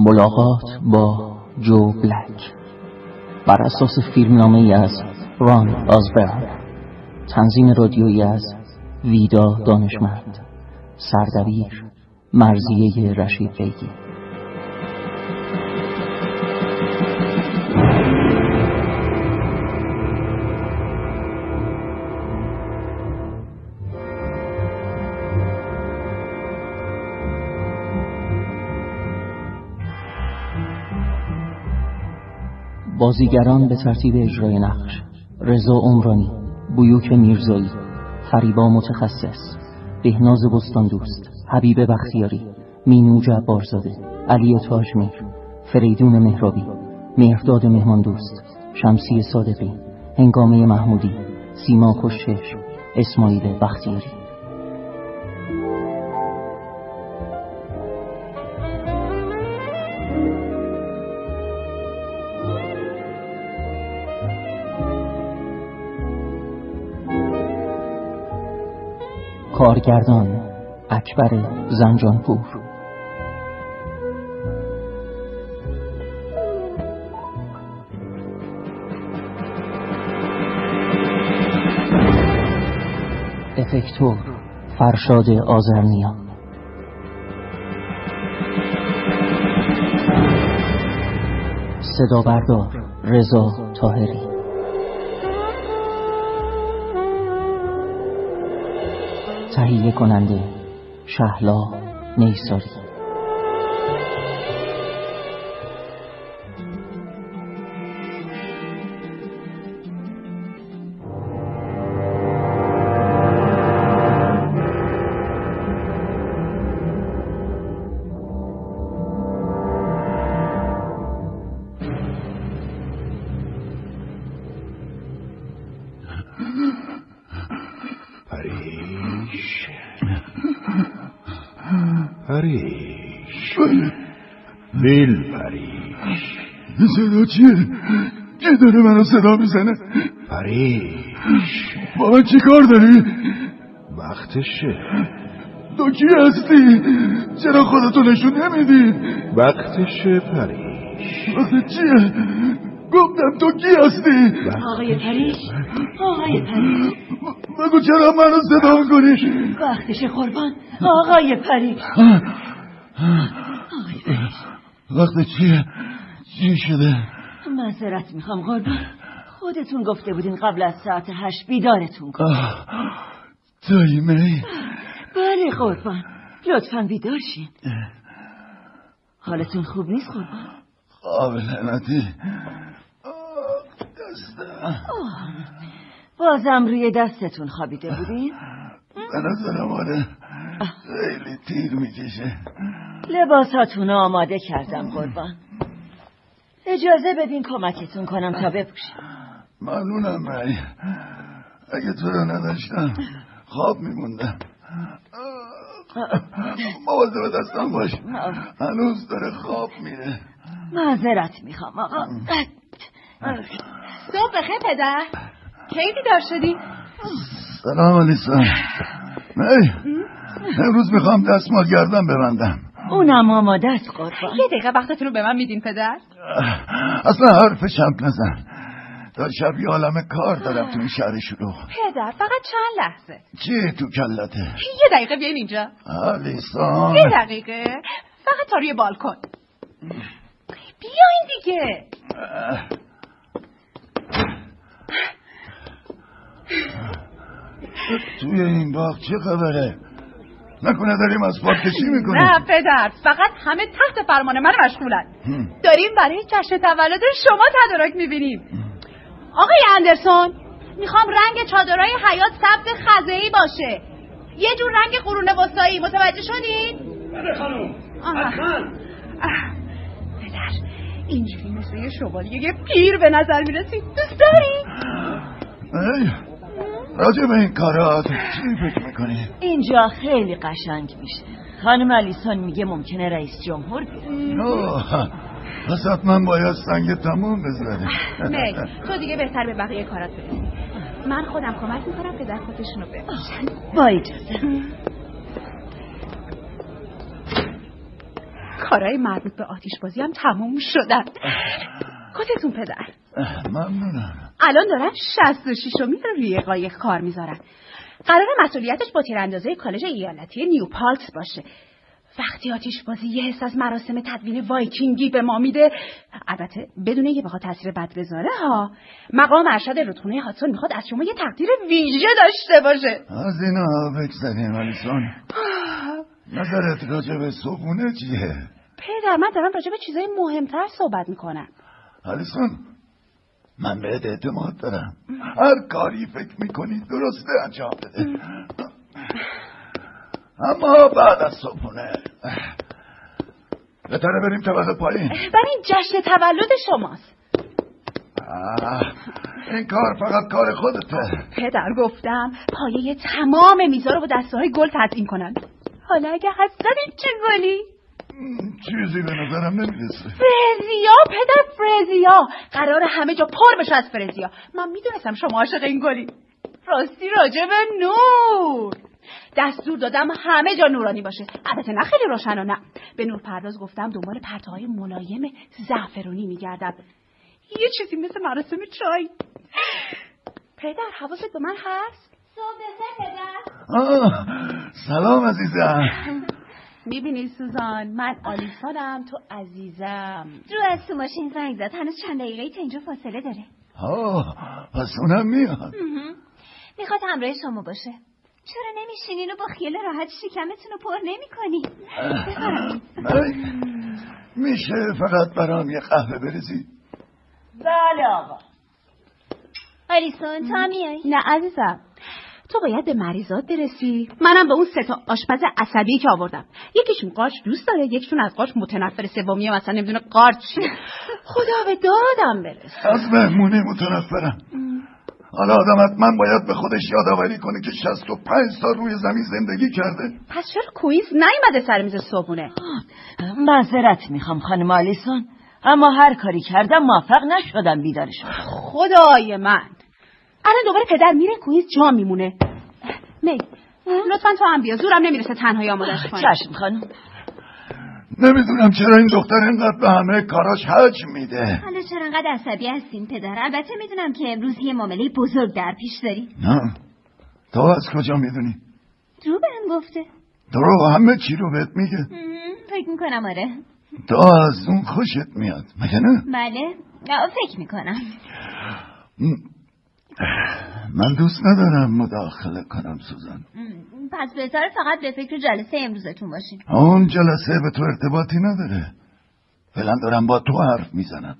ملاقات با جو بلک بر اساس فیلمنامه‌ای از ران آزبرن، تنظیم رادیویی از ویدا دانشمند، سردبیر مرضیه رشید بیگی. بازیگران به ترتیب اجرای نقش: رضا عمرانی، بیوک میرزایی، فریبا متخصص، بهناز بستاندوست، حبیب بختیاری، مینو جبارزاده، علی تاجمیر، فریدون مهرابی، مهرداد مهماندوست، شمسی صادقی، هنگامه محمودی، سیما خوشچشم، اسماعیل بختیاری. کارگردان اکبر زنجانپور. افکتور فرشاد آذرنیا. صدا بردار رضا طاهری. تهیه کننده شهلا نیساری. پریش دل پریش. صدا چیه؟ کی داره منو صدا میزنه؟ پریش با من چی کار داری؟ وقتشه. تو کی هستی؟ چرا خودتو نشون نمیدی؟ وقتشه پریش. وقت چیه؟ گفتم تو کی هستی؟ آقای پریش، آقای پریش، بگو چرا منو صدا میکنی؟ وقتش قربان. آقای پریش، آقای پریش، وقت چیه؟ چی شده؟ معذرت میخوام قربان. خودتون گفته بودین قبل از ساعت 8 بیدارتون کنم. تویی می؟ بله قربان، لطفاً بیدار شین. حالتون خوب نیست قربان؟ خواب لعنتی. دستم. بازم روی دستتون خوابیده بودین؟ به نظرم آره، خیلی تیر میکشه. لباساتون آماده کردم قربان. اجازه بدین کمکتون کنم تا بپوشین. ممنونم می. اگه تو رو نداشتم خواب میموندم. مواظب دستم باش، هنوز داره خواب میره. معذرت میخوام آقا. صبح بخیر پدر. کی بیدار شدی؟ سلام علیسا. می، امروز میخوام دستمال گردن ببندم. اونم آماده است قربان. یه دقیقه وقتتون رو به من میدین پدر؟ اصلا حرف شب نزن. تا شب یه عالم کار دارم تو این شهر شلوغ. پدر فقط چند لحظه. چیه تو کلته؟ یه دقیقه بیاین اینجا. علیسا. یه دقیقه فقط تا روی بالکن. بیاین دیگه. توی این باغ چه خبره؟ نکنه داریم اسفالت کشی میکنیم؟ نه پدر، فقط همه تحت فرمان من مشغولن. داریم برای جشن تولد شما تدارک میبینیم. آقای اندرسون، میخوام رنگ چادرای حیات سبز خزه‌ای باشه. یه جور رنگ قرون وسطایی. متوجه شدین؟ بله خانم. حتما. پدر، اینجوری مثل یه شوالیه پیر به نظر میرسید. دوست داری؟ راجع به این کارات چی فکر میکنی؟ اینجا خیلی قشنگ میشه. خانم علیسان میگه ممکنه رئیس جمهور بیاد. پس حتما باید سنگ تموم بذاریم. می، تو دیگه بهتر به بقیه کارات برسی. من خودم کمک میکنم پدر خودشونو ببخشن. با اجازه. کارهای مربوط به آتش بازی هم تموم شدن. کتتون پدر. ممنونم. الان دارن 66 رو روی قایق کار میذارن. قرار مسئولیتش با تیراندازی کالج ایالتی نیوپالت باشه. وقتی آتش بازی یه حس از مراسم تدوین وایکینگی به ما میده، البته بدون اینکه بخواد تاثیر بد بذاره ها، مقام ارشد رودخونه هاتسون میخواد از شما یه تقدیر ویژه داشته باشه. از اینا بگذاریم آلیسون. نظرت راجع به صبحونه چیه؟ پدر من دارم راجع به چیزای مهمتر صحبت میکنم. آلیسون، من بهت اعتماد دارم. هر کاری فکر میکنی درسته انجام بده. اما بعد از صبحونه بهتره بریم طبقه پایین. برای این جشن تولد شماست. این کار فقط کار خودته. پدر گفتم پایه تمام میزا رو با دسته‌های گل تزیین کنن. حالا اگه حد زدیم چه گلی؟ چیزی به نظرم نمیرسه. فرزیا پدر، فرزیا قراره همه جا پر بشه از فرزیا. من میدونستم شما عاشق این گلی. راستی راجع به نور دستور دادم همه جا نورانی باشه، البته نه خیلی روشن و نه. به نور پرداز گفتم دنبال پرتوهای ملایم زعفرونی میگردم، یه چیزی مثل مراسم چای. پدر حواست به من هست؟ صبح بخیر پدر. سلام عزیزم. میبینی سوزان، من آلیسانم، تو عزیزم. رو از تو ماشین زنگ زد، هنوز چند دقیقه تا اینجا فاصله داره. پس اونم میاد. میخواد همراه شما باشه. چرا نمیشینین و با خیال راحت شکمتون رو پر نمی کنی؟ میشه فقط برام یه قهوه بریزی؟ بله آقا. آلیسون تا میای؟ نه عزیزم، تو باید به مریضات برسی. منم به اون 3 آشپز عصبی که آوردم، یکیشون قارچ دوست داره، یکیشون از قارچ متنفر، سومیه مثلا نمیدونه قارچ چیه. خدا به دادم برسه. از مهمونی متنفرم. حالا آدم حتما باید به خودش یادآوری کنه که 65 سال روی زمین زندگی کرده. پس چرا کوئیز نیومده سر میز صبحونه؟ معذرت میخوام خانم آلیسون، اما هر کاری کردم موفق نشدم بیدارش کنم. خدای من، الان دوباره پدر میره کوئیز جا میمونه. می لطفا تو هم بیا، زورم نمیرسه تنهایی آمادش کنم. چشم خانم. نمیدونم چرا این دختر اینقدر به همه کاراش حجم میده. حالا چرا اینقدر عصبی هستین پدر؟ البته میدونم که امروز یه معامله بزرگ در پیش داری. نه، تو از کجا میدونی؟ درو بهم گفته. درو همه چی رو بهت میگه؟ فکر میکنم آره. تو از اون خوشت میاد مگه نه؟ بله فکر میکنم. من دوست ندارم مداخله کنم سوزان. پس بهتره فقط به فکر جلسه امروزتون باشیم. اون جلسه به تو ارتباطی نداره. فعلا دارم با تو حرف میزنم.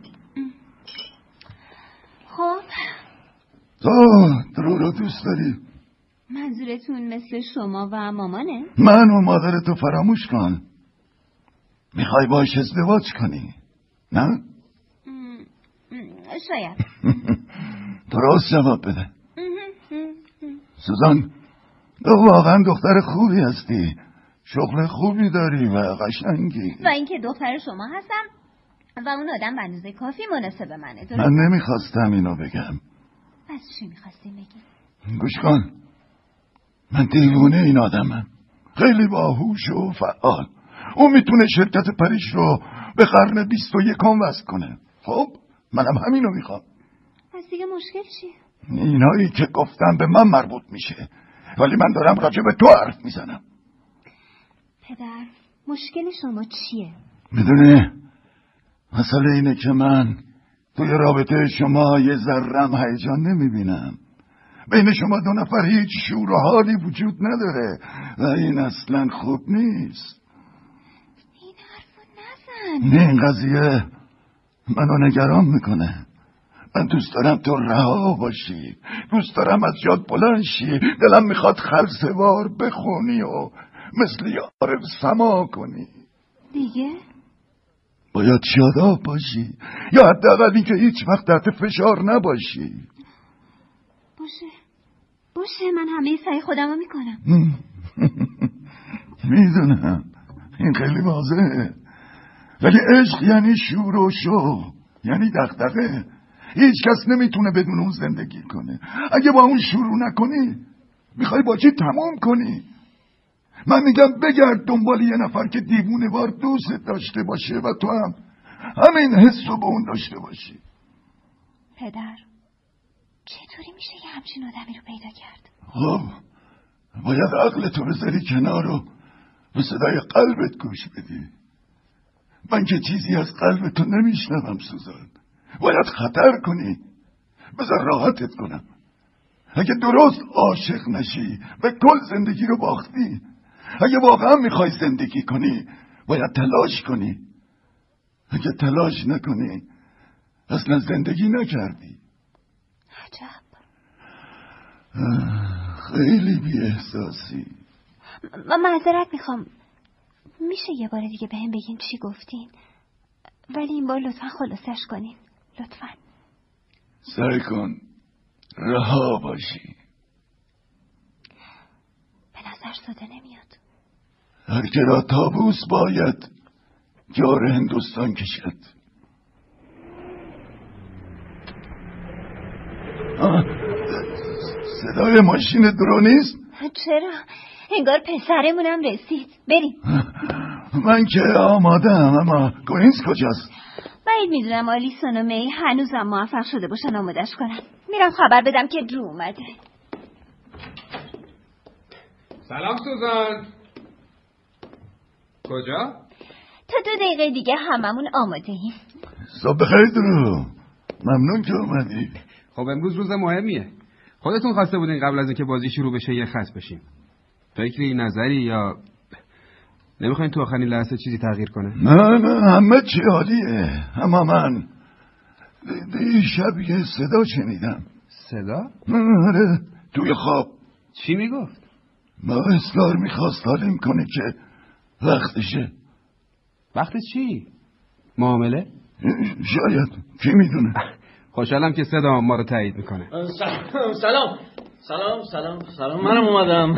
خب تو درو رو دوست داری؟ منظورتون مثل شما و مامانه؟ من و مادرتو فراموش کن. میخوای باش ازدواج کنی نه؟ شاید. درست جواب بده. سوزان، تو واقعا دختر خوبی هستی، شغل خوبی داری و قشنگی. و اینکه دختر شما هستم و اون آدم به اندازه کافی مناسب منه. من نمیخواستم اینو بگم. پس چی میخواستی بگی؟ گوش کن، من دیوونه این آدمم، خیلی باهوش و فعال. اون میتونه شرکت پریش رو به قرن 21 وصل کنه. خب منم همینو میخوام. پس دیگه مشکل چیه؟ اینایی که گفتم به من مربوط میشه، ولی من دارم راجع به تو حرف میزنم. پدر مشکل شما چیه؟ میدونی مسئله اینه که من توی رابطه شما یه ذرم هیجان نمیبینم. بین شما 2 نفر هیچ شور و حالی وجود نداره و این اصلا خوب نیست. این حرفو نزن. این قضیه منو نگران میکنه. من دوست دارم تو رها باشی، دوست دارم از جات بلند شی، دلم میخواد خلسوار بخونی و مثل یارب سما کنی. دیگه؟ باید شاداب باشی، یا حداقل اینکه هیچ وقت تحت فشار نباشی. باشه من همه سعی خودمو میکنم. میدونم این خیلی واضحه، ولی عشق یعنی شور و شو، یعنی دغدغه. هیچ کس نمیتونه بدون اون زندگی کنه. اگه با اون شروع نکنی میخوای با چی تمام کنی؟ من میگم بگرد دنبال یه نفر که دیوونه وار دوست داشته باشه و تو هم همین حس رو به اون داشته باشی. پدر چطوری میشه یه همچین آدمی رو پیدا کرد؟ خب باید عقلتو بذاری کنار و به صدای قلبت گوش بدی. من که چیزی از قلبتو نمیشنوم سوزان. باید خطر کنی. بذار راحتت کنم. اگه درست عاشق نشی به کل زندگی رو باختی. اگه واقعا میخوای زندگی کنی باید تلاش کنی. اگه تلاش نکنی اصلا زندگی نکردی. عجب. خیلی بی احساسی. معذرت میخوام، میشه یه بار دیگه بهم بگین چی گفتین؟ ولی این بار لطفا خلاصش کنین. لطفا سعی کن رها باشی. به نظر ساده نمیاد. هر که را طاووس باید جار هندوستان کشد. صدای ماشین درو نیست؟ چرا؟ انگار پسرمونم رسید. بریم. من که آمادم، اما گونینز کجاست؟ باید میدونم آلیسون و می هنوزم موفق شده باشن آمادش کنن. میرم خبر بدم که درو اومده. سلام سوزان. کجا؟ تا 2 دقیقه دیگه هممون آماده ایم. صبح بخیر درو. ممنون که اومدی. خب امروز روز مهمیه. خودتون خواسته بودین قبل از اینکه بازی شروع بشه یه خط بشیم. فکری، نظری یا نمیخواین تو آخرین لحظه چیزی تغییر کنه؟ نه همه چی عالیه. اما من دیشب یه صدا شنیدم. صدا؟ آره توی خواب. چی میگفت؟ با اصرار میخواست حالیم کنه که وقتشه. وقت چی؟ معامله؟ شاید، کی میدونه. خوشحالم که صدا ما رو تایید میکنه. سلام منم اومدم.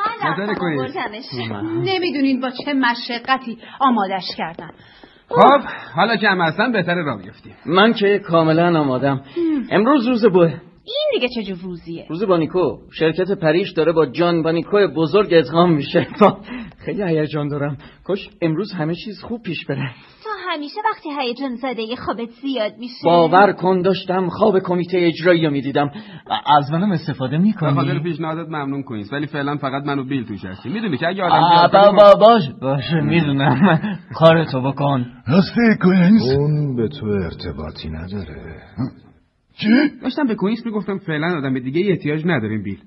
نمیدونین با چه مشقتی آمادش کردن. خب حالا که هم هستن بهتره راه بیفتیم. من که کاملا آمادم. امروز روز این دیگه چه جور روزیه؟ روز بانیکو. شرکت پریش داره با جان بانیکو بزرگ ادغام میشه. خیلی هیجان دارم. کاش امروز همه چیز خوب پیش بره. تو همیشه وقتی هیجان زده خوابت زیاد میشه. باور کن داشتم خواب کمیته اجرایی رو میدیدم. از منم استفاده میکنی؟ به خاطر پیشنهادت ممنون کوینز، ولی فعلا فقط من و بیل توش هستیم. میدونی که اگه آدم باشه میدونم. کارتو بکن. راستی کوینز اون به تو ارتباطی نداره. چی؟ داشتم به کوینز میگفتم فعلا آدم دیگه احتیاج نداریم بیل.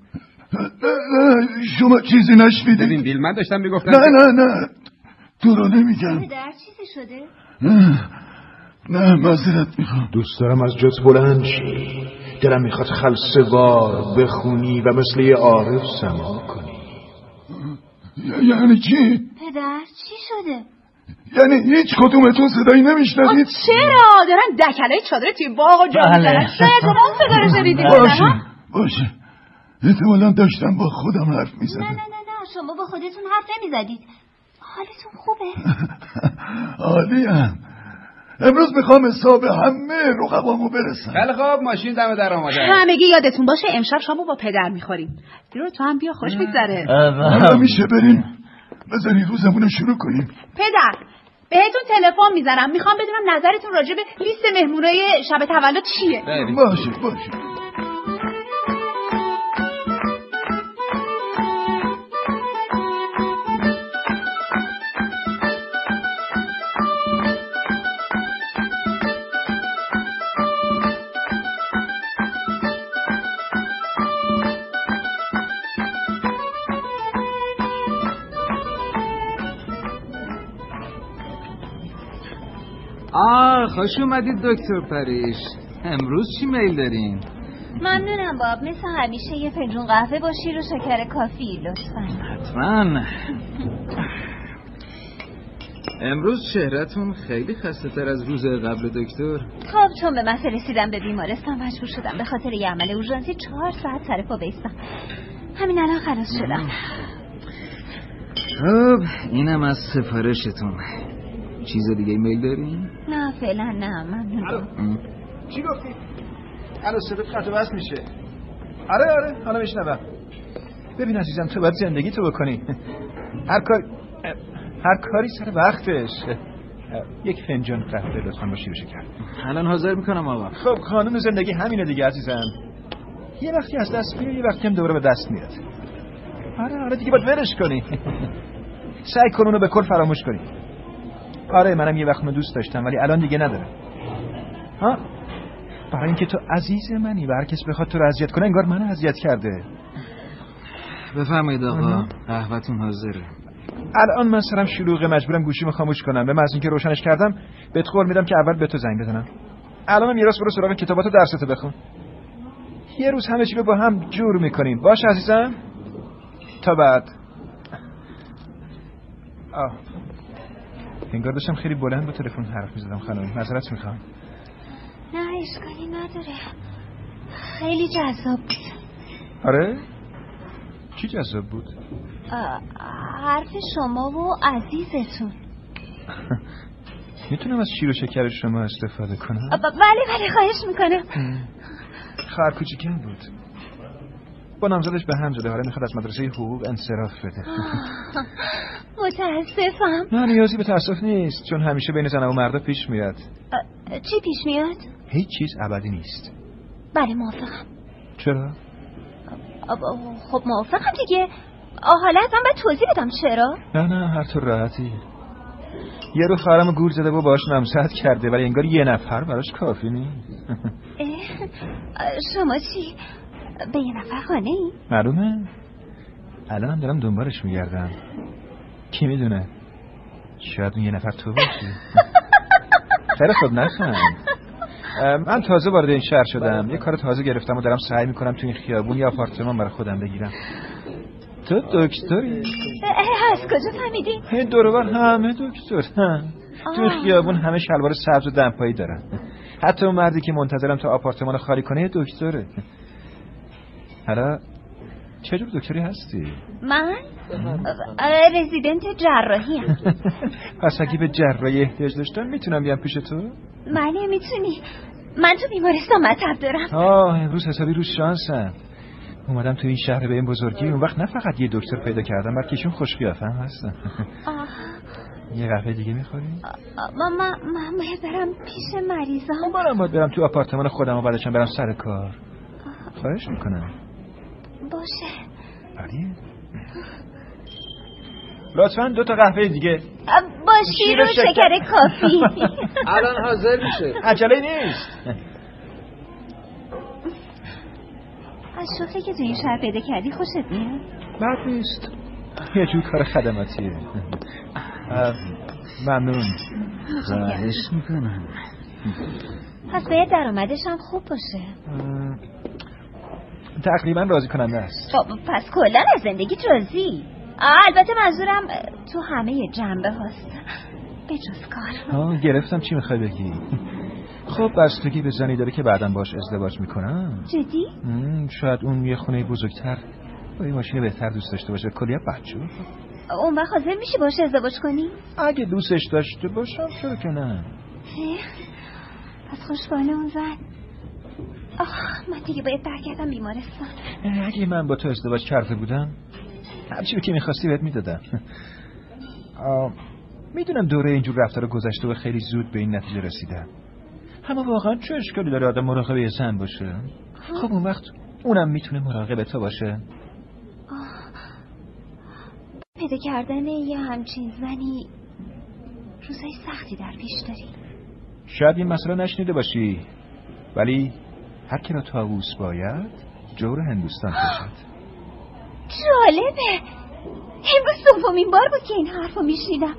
شما چیزی نشنیدید؟ ببین بیل من داشتم میگفتم نه تو رو نمیگم. در چیزی شده؟ نه معذرت میخوام. دوست دارم از جات بلند شی. دلم میخواد خلسه‌وار بخونی و مثل یه عارف سما کنی. یعنی چی؟ پدر چی شده؟ یعنی هیچ کدومتون صدایی نمیشنوید؟ چرا؟ دارن دکلای چادر توی باغ و جا میزنن. شاید شما صدا رو شنیدید. باشه احتمالا داشتم با خودم حرف میزدم. نه شما با خودتون حرف نمیزدید. حالتون خوبه؟ عالیم. امروز میخوام حساب همه رقبامو برسم. خیلی خوب ماشین دم در آماده. همگی یادتون باشه امشب شامو با پدر میخوریم. درو تو هم بیا خوش میگذره. حالا میشه بریم بذاری روزمون رو شروع کنیم. پدر بهتون تلفن میزنم، میخوام بدونم نظرتون راجع به لیست مهمونای شب تولد چیه. باشه خوش اومدید دکتر پریش. امروز چی میل دارین؟ ممنونم باب، مثل همیشه یه فنجون قهوه با شیر و شکر کافی لطفاً. حتما. امروز چهرهتون خیلی خسته تر از روز قبل دکتر. خب چون به مسئله رسیدم به بیمارستان مجبور شدم به خاطر یه عمل اورژانسی 4 ساعت سر پا بایستم. همین الان خلاص شدم. خب اینم از سفارشتون. چیز دیگه ایمیل دارین؟ نه فعلا نه ممنون. چی گفتی؟ الان صدات قطع و وصل میشه. آره حالا میشنوم. ببین عزیزم تو باید زندگی تو بکنی. هر کاری سر وقتش. یک فنجان قهوه لطفاً با شیر و شکر. الان حاضر میکنم آقا. خب قانون زندگی همینه دیگه عزیزم. یه وقتی از دست میره، یه وقتی هم دوباره به دست میاد. آره دیگه باید ولش کنی. سعی کن اونو به کل فراموش کنی. آره منم یه وقت اونو دوست داشتم ولی الان دیگه ندارم. ها؟ برای اینکه تو عزیز منی و هر کس بخواد تو رو اذیت کنه انگار منو اذیت کرده. بفرمایید آقا، قهوه‌تون حاضره. الان من سرم شلوغه، مجبورم گوشیمو خاموش کنم. به محض اینکه روشنش کردم بهت قول میدم که اول به تو زنگ بزنم. الان میراث برو سراغ کتاباتو، درستو بخون. یه روز همه چی رو با هم جور میکنیم. باش عزیزم؟ تا بعد. انگار داشتم خیلی بلند با تلفن حرف میزدم خانم. معذرت میخوام. نه اشکالی نداره. خیلی جذاب بود. آره؟ چی جذاب بود؟ حرف شما و عزیزتون. میتونم از شیر و شکر شما استفاده کنم؟ بله خواهش میکنم. خواهر کوچیکم بود. با نامزدش به هم زده. حالا میخواد از مدرسه حقوق انصراف بده. متاسفم. نه نیازی به تاسف نیست، چون همیشه بین زن و مردا پیش میاد. چی پیش میاد؟ هیچ چیز ابدی نیست. بله موافقم. چرا؟ خب موافقم دیگه. حالا ازم باید توضیح بدم چرا؟ نه هر طور راحتی. یه رو خواهرمو گول زده و باهاش نامزد کرده ولی انگار یه نفر براش کافی نیست. شما چی؟ به یه نفر خانه ای؟ معلومه. الان دارم دنبالش میگردم. کی میدونه؟ شاید اون یه نفر تو باشی. خیلی خود نخند. من تازه وارد این شهر شدم. یه کار تازه گرفتم و دارم سعی میکنم تو این خیابون یا آپارتمان برای خودم بگیرم. تو دکتری؟ از کجا فهمیدی؟ این دورور همه دکتر. تو این خیابون همه شلوار سبز و دمپایی دارن. حتی اون مردی که منتظرم تا آپارتمان خالی کنه دکتره. حالا چه جور دکتری هستی؟ من؟ رزیدنت جراحی ام. پس اگه به جراحی احتیاج داشتم میتونم بیام پیش تو؟ بله میتونی. من تو بیمارستان مطب دارم. امروز حسابی رو شانسم. اومدم تو این شهر به این بزرگی. اون وقت نه فقط یه دکتر پیدا کردم بلکه ایشون خوش قیافه هم هستن. یه قهوه دیگه میخوری؟ من باید برم پیش مریضام. منم باید برم تو آپارتمان خودم و بعدشم برم سر کار. خواهش میکنم. باشه. علی لطفاً 2 تا قهوه دیگه با شیر و شکر کافی. الان حاضر میشه. عجله نیست. از شغلی که تو این شهر پیدا کردی خوشت میاد؟ بد نیست. یه جور کار خدماتیه. ممنون. خواهش میکنم. پس باید درآمدش هم خوب باشه. تقریبا راضی کننده است. پس کلا از زندگی راضی. البته منظورم تو همه جنبه هاست به جز کار. گرفتم چی میخوای بگی. خب بستگی به زنی داره که بعدم باش ازدواج میکنم. جدی؟ شاید اون یه خونه بزرگتر با یه ماشین بهتر دوست داشته باشه. کلیه بچه. اون وقت حاضر میشی باش ازدواج کنی؟ اگه دوستش داشته باشم چرا که نه. پس خوشبانه اون زن. من دیگه باید برگردم بیمارستان. اگه من با تو ازدواج کرده بودم هرچی که میخواستی بهت میدادم. میدونم دوره اینجور رفتار گذشته و خیلی زود به این نتیجه رسیدم. اما واقعا چه اشکالی داره آدم مراقب یه زن باشه؟ خب اون وقت اونم میتونه مراقب تو باشه. پیدا کردن یه همچین زنی روزای سختی در پیش داری. شاید این مسئله نشنیده باشی ولی هر کی را طاووس باید جور هندوستان کشد. جالبه. امروز 2مین بار بود که این حرفو میشنیدم.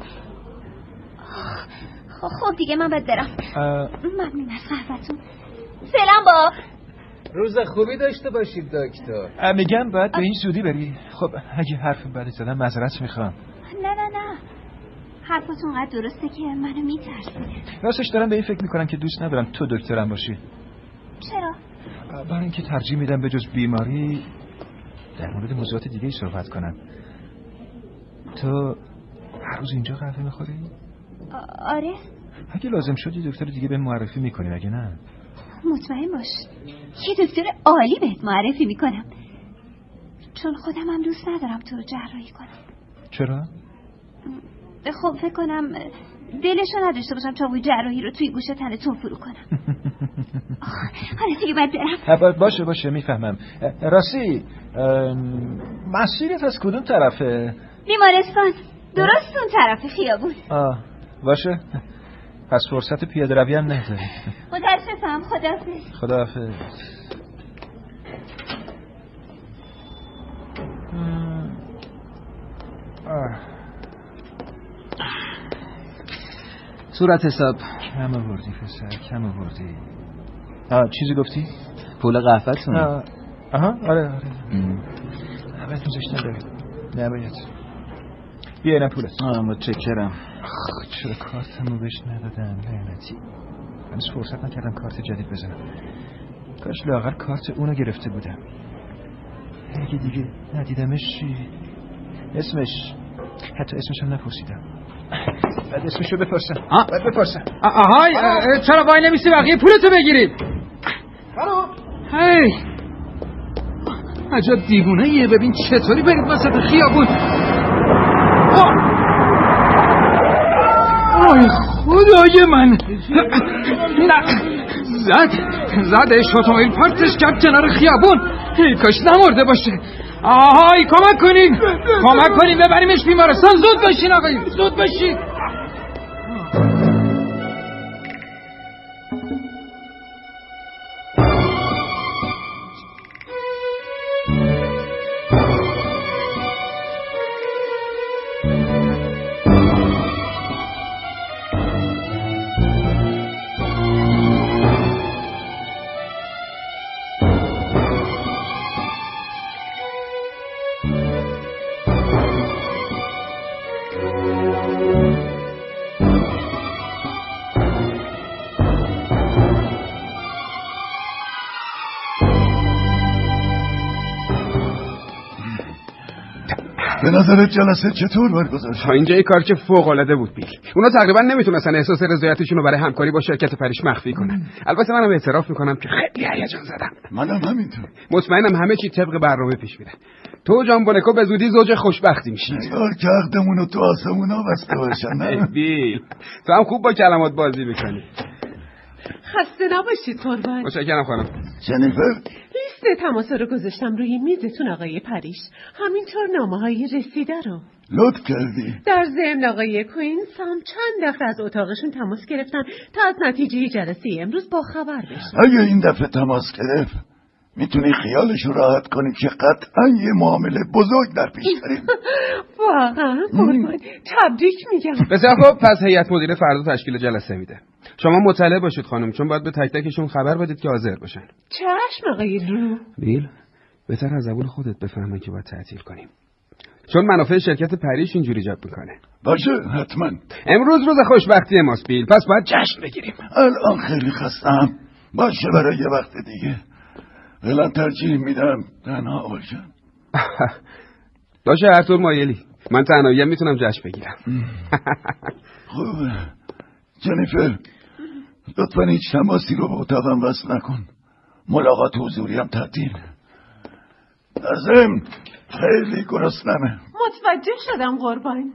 خب دیگه من باید برم. ممنون از قهوه‌تون. سلام باب. روز خوبی داشته باشید دکتر. میگم باید به این زودی بری. خب اگه حرف بدی زدم معذرت میخوام. نه حرفتون قد درسته که منو میترسونه. راستش دارم به این فکر میکنم که دوست ندارم تو دکترم باشی. چرا؟ برای اینکه ترجیح میدم به جز بیماری در مورد موضوعات دیگه ای صحبت کنم. تو هر روز اینجا قهوه میخوری؟ آره. اگه لازم شد یه دکتر دیگه به معرفی میکنیم اگه نه. مطمئن باش یه دکتر عالی بهت معرفی میکنم، چون خودم هم دوست ندارم تو رو جراحی کنم. چرا؟ خب فکر کنم دلشو نداشته باشم چاقوی جراحی رو توی گوشه تنتون فرو کنم. حالا دیگه باید برم. باشه میفهمم. راستی مسیرت از کدوم طرفه؟ بیمارستان، درست اون طرف خیابون. باشه، پس فرصت پیاده روی هم نداری. متاسفم. خداحافظ. صورت حساب کم آوردی پسر، کم آوردی. چیزی گفتی؟ پول قهوه‌تون. آره بهتون زشت نداره. نباید. بیا اینم پولت. متشکرم. چرا کارتمو بهش ندادم لعنتی. هنوز فرصت نکردم کارت جدید بزنم. کاش لااقل کارت اونو گرفته بودم. اگه دیگه ندیدمش چی؟ اسمش، حتی اسمش هم نپرسیدم. بعد اسمشو بپرسم. آهای چرا وای نمیسی بقیه پولتو بگیرید؟ هی عجب دیوونه یه، ببین چطوری برید وسط خیابون. آی خدای من، زد اتومبیل پارکش کرد کنار خیابون. کاش نمرده باشه. آهای کمک کنین ببریمش بیمارستان. زود باشین آقای، زود باشین. به نظرت جلسه چطور برگزار؟ تا اینجا کار که فوق العاده بود بیل. اونا تقریبا نمیتونستن احساس رضایتشون رو برای همکاری با شرکت پریش مخفی کنن. البته منم اعتراف میکنم که خیلی هیجان زدم. منم همینطور. مطمئنم همه چی طبق برنامه پیش میره. تو و جان بونکو به زودی زوج خوشبختی میشید. انگار که عقدمون تو آسمونا بسته باشن. بیل تو هم خوب با کلمات بازی میکنی. خسته نباشید قربان. متشکرم خانم. جنیفر، لیست تماس رو گذاشتم روی میزتون آقای پریش، همینطور نامه‌های رسیده رو. لطف کردی. در ضمن آقای کوینز هم چند دفعه از اتاقشون تماس گرفتن تا از نتیجه جلسه امروز با خبر بشن. اگه این دفعه تماس گرفت میتونی خیالش رو راحت کنی که قطعا یه معامله بزرگ در پیش داریم. واقعا قربان، تبریک میگم. بسیار خب، پس هیئت مدیره فردا تشکیل جلسه میده. شما مطلع باشید خانم، چون باید به تک تکشون خبر بدید که حاضر باشن. چشم آقای رو. بیل بهتر از زبون خودت بفهمن که باید تعطیل کنیم، چون منافع شرکت پریش اینجوری ایجاب میکنه. باشه حتما. امروز روز خوشبختی ماست بیل، پس باید جشن بگیریم. الان خیلی خستم. باشه برای یه وقت دیگه. فعلا ترجیح میدم تنها باشم. باشه هر طور مایلی، من تنهایی میتونم جشن بگیرم. خوبه. جنیفر لطفا هیچ تماسی رو به اتاقم وصل نکن. ملاقات حضوری هم تعطیل. در ضمن خیلی گرسنمه. متوجه شدم قربان.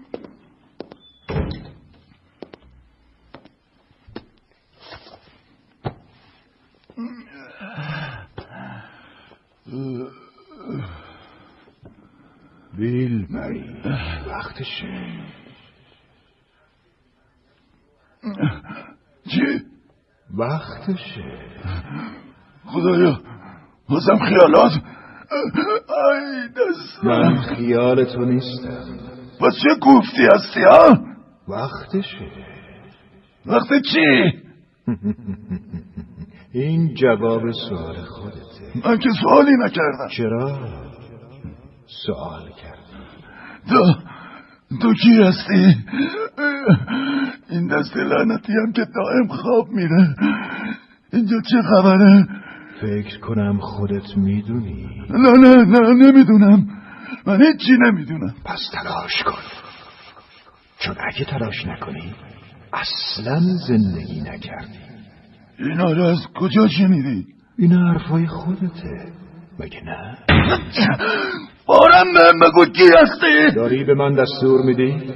بیل مری وقتشه. چی؟ وقتشه. خدایا بازم خیالات. ای دستم. من خیال تو نیستم. پس چه گفتی هستی ها؟ وقتشه. وقت چی؟ این جواب سوال خودته. من که سوالی نکردم. چرا؟ سوال کردم. تو کی هستی؟ این دست لعنتی هم که دائم خواب میره. اینجا چه خبره؟ فکر کنم خودت میدونی. نه نمیدونم. من هیچی نمیدونم. پس تلاش کن، چون اگه تلاش نکنی اصلا زندگی نکردی. اینا رو از کجا شنیدی؟ این حرفای خودته مگه نه؟ بارم بگو کی هستی؟ داری به من دستور میدی؟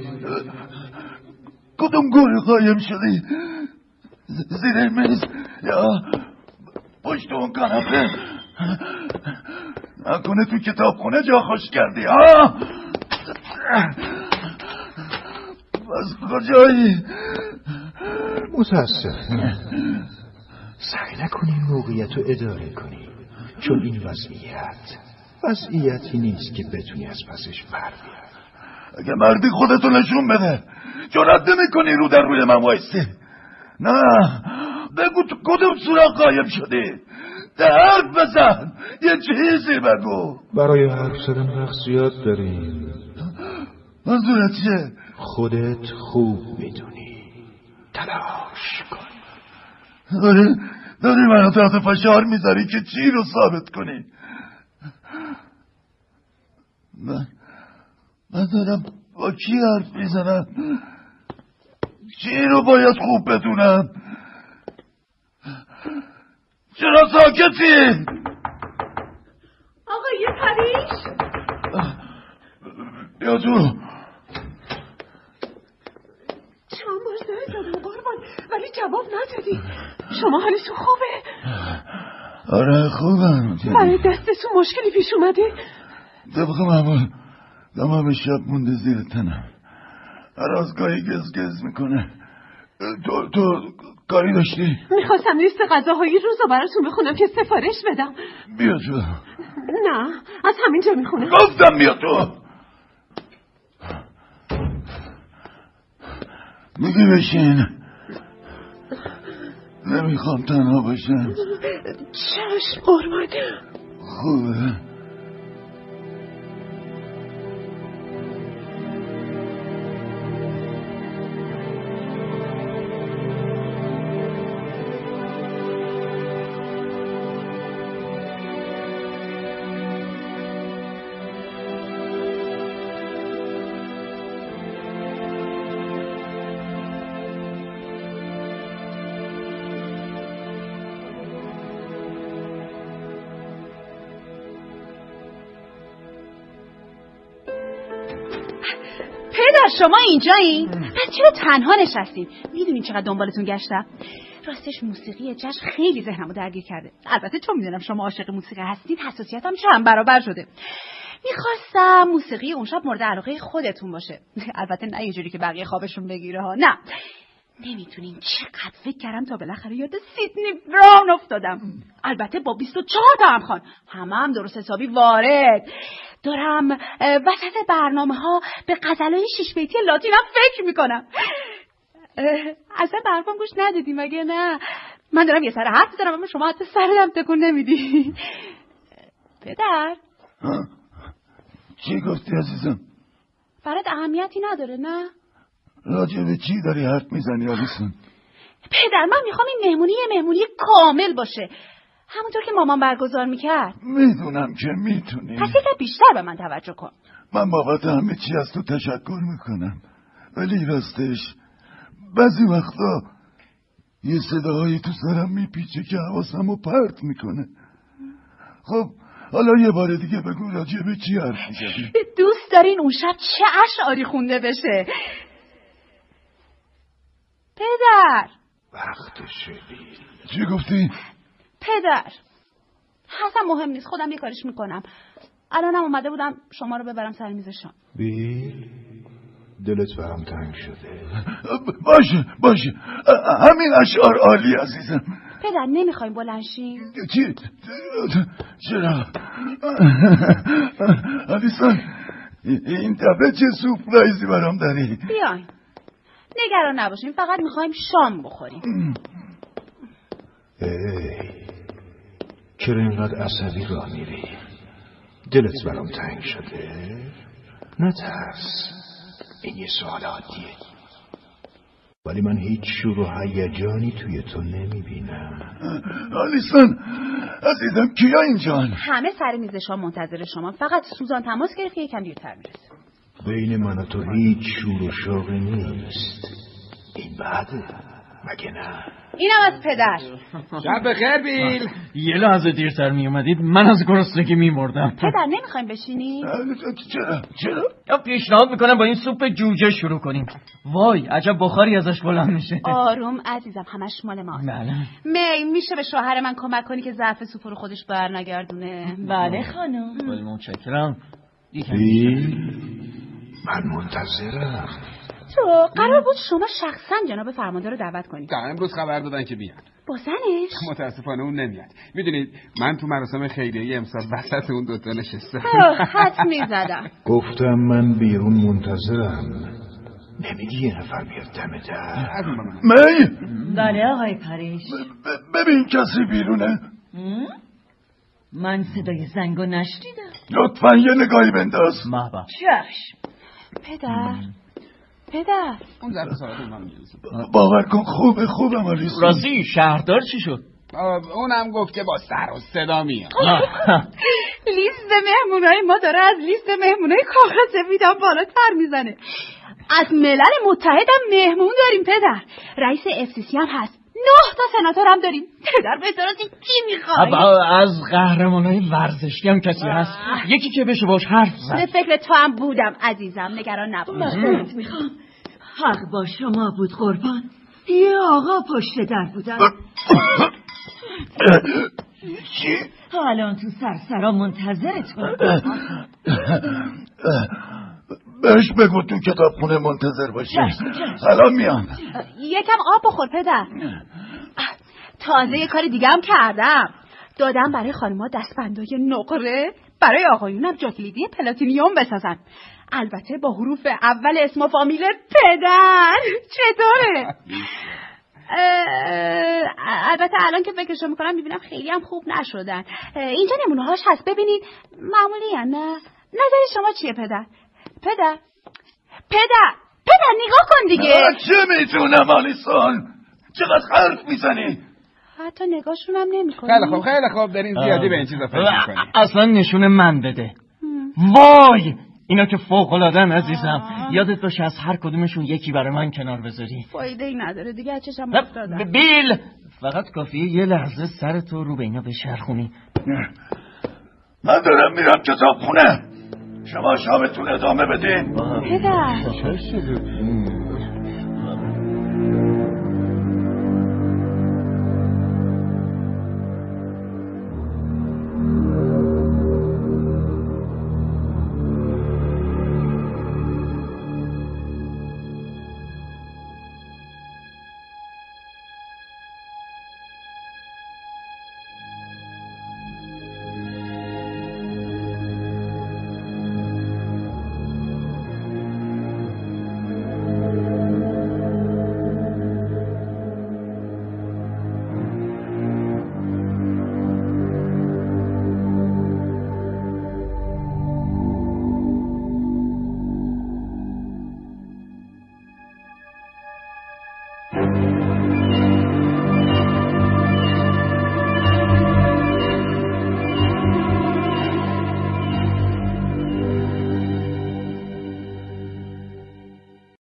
کدوم گوری قایم شدی؟ زیر میز یا پشت اون کاناپه؟ نکنه تو کتابخونه جا خوش کردی ها؟ از کجایی؟ متاسفم. سعی نکنی موقعیت رو اداره کنی، چون این وضعیتی نیست که بتونی از پسش بر بیای. اگه مردی خودتو نشون بده، جرأت نمی‌کنی رو در روی من وایسی. نه بگو تو کدوم سوراخ قایم شدی؟ حرف بزن، یه چیزی بگو. برای حرف زدن وقت زیاد داریم. منظورت چیه؟ خودت خوب میدونی. تلاش کن. داری منو تحت فشار میذاری که چی رو ثابت کنی؟ من دارم با کی حرف میزنم؟ چی رو باید خوب بدونم؟ چرا ساکتی؟ آقای پریش؟ بیا تو. چند بار زنگ زدم قربان ولی جواب ندادی. شما حالتون خوبه؟ آره خوبم. برای دستتون مشکلی پیش اومده؟ طبق معمول دماغ شب مونده زیر تنم، هر از گاهی گز میکنه. تو کاری داشتی؟ میخواستم لیست غذاهای روز رو براتون بخونم که سفارش بدم. بیا تو. نه از همینجا میخونم. گفتم بیا تو. میگی بشین. نمیخوام تنها باشم. چشم قربان. خوبه. شما اینجایین؟ پس چرا تنها نشستین؟ میدونین چقدر دنبالتون گشتم؟ راستش موسیقی جشن خیلی ذهنمو درگیر کرده. البته چون میدونم شما عاشق موسیقی هستین حساسیتم چند برابر شده. میخواستم موسیقی اون شب مورد علاقه خودتون باشه. البته نه یه جوری که بقیه خوابشون بگیره ها. نه نمیتونین چقدر فکر کردم تا بالاخره یاد سیدنی براون افتادم. البته با 24 تا همخوان، هم درست حسابی وارد. دارم وسط برنامه ها به غزلای 6 بیتی لاتین هم فکر میکنم. اصلا به حرفم گوش ندادی مگه نه؟ من دارم یه سر حرف دارم اما شما حتی سرم تکون نمیدی. پدر چی گفتی عزیزم؟ برات اهمیتی نداره نه؟ راجع به چی داری حرف میزنی آلیسون؟ پدر من میخوام این مهمونی کامل باشه، همونطور که مامان برگزار میکرد. میدونم که میتونی. پس یکم بیشتر به من توجه کن. من بابت همه چی از تو تشکر میکنم، ولی راستش بعضی وقتا یه صداهایی تو سرم میپیچه که حواسمو پرت میکنه. خب حالا یه بار دیگه بگو راجع به چی حرف میزنی؟ دوست دارین اون شب چه اشعاری خونده بشه؟ پدر وقتشه. چی گفتی؟ پدر اصلا مهم نیست، خودم یه کارش میکنم. الانم اومده بودم شما رو ببرم سر میز شام. بیل دلت برام تنگ شده. باشه همین اشعار عالی عزیزم. پدر نمیخوایم بلنشیم؟ چی؟ چرا؟ آلیسون این دفعه چه سورپرایزی برام داری؟ بیاین نگران نباشیم، فقط میخوایم شام بخوریم. چرا اینقدر عصبی راه میری؟ دلت برام تنگ شده؟ نترس، این یه سوال عادیه، ولی من هیچ شور و هیجانی توی تو نمیبینم. آلیسون عزیزم کیا اینجان؟ همه سر میز شام منتظر شما، فقط سوزان تماس گرفت که یکم دیرتر میرسه. بین من و تو هیچ شور و شوقی نیست، این بعده. مگه نه؟ اینم از پدر. شب بخیر بیل. یه لحظه دیرتر می اومدید من از گرسنگی میمردم. پدر نمیخوایم بشینی؟ چرا؟ پیشنهاد میکنم با این سوپ جوجه شروع کنیم. وای عجب بخاری ازش بلند میشه. آروم عزیزم، همش مال ماست. بله. میشه به شوهر من کمک کنی که ظرف سوپ رو خودش برنگردونه؟ بله خانم. ولی متشکرم. من منتظرم. تو قرار بود شما شخصا جناب فرمانده رو دعوت کنید. امروز خبر دادن که بیان. با زنش؟ متاسفانه اون نمیاد. میدونید من تو مراسم خیریه امسال وسط اون دوتا نشستم. خط میزدم. گفتم من بیرون منتظرم. نمیگی یه نفر بیاد دم در؟ می؟ بله آقای پریش. ببین کسی بیرونه؟ من صدای زنگو نشنیدم. لطفا یه نگاهی بنداز. محبا. چشم. پدر اون ظرف ساعت من میرسه. باور کن خوبه مالیس. راستی شهردار چی شد؟ اونم گفت که با سر و صدا میاد. لیست مهمونای ما داره از لیست مهمونای کاغذ سفیدم بالاتر میزنه. از ملل متحدم مهمون داریم پدر. رئیس FCC هم هست. 9 تا سناتور هم داریم. پدر به درستی چی میخوای؟ از قهرمانای ورزشی هم کسی هست. یکی که بشه باش حرف زد. به فکر تو هم بودم عزیزم، نگران نباش. مخلص میخوام. حق با شما بود قربان. یه آقا پشت در بودن. چی؟ الان تو سرسرا منتظرتون. بهش بگو تو کتابخونه منتظر باشی. الان میام. یکم آب بخور پدر. تازه یه کار دیگه هم کردم. دادم برای خانم‌ها دستبندای نقره، برای آقایونم جاکلیدی پلاتینیوم بسازن. البته با حروف اول اسم و فامیل پدر. چطوره؟ البته الان که فکرشو میکنم میبینم خیلی هم خوب نشدن. اینجا نمونه هاش هست ببینید. معمولی هم نه؟ نظر شما چیه پدر نگاه کن دیگه. چه میتونم آلیسون؟ چقدر حرف میزنی؟ حتی نگاهشونم نمیکنی. خیلی خوب دارین زیادی به این چیزا فکر میکنی. اصلا نشونه من بده. وای اینا که فوق‌العاده‌ن عزیزم. یادت باشه از هر کدومشون یکی برای من کنار بذاری. فایده ای نداره دیگه، چشم افتادم. بیل فقط کافیه یه لحظه سرتو رو به اینا بچرخونی. من دارم میرم کتابخونه. شما شامتون ادامه بدین. پدر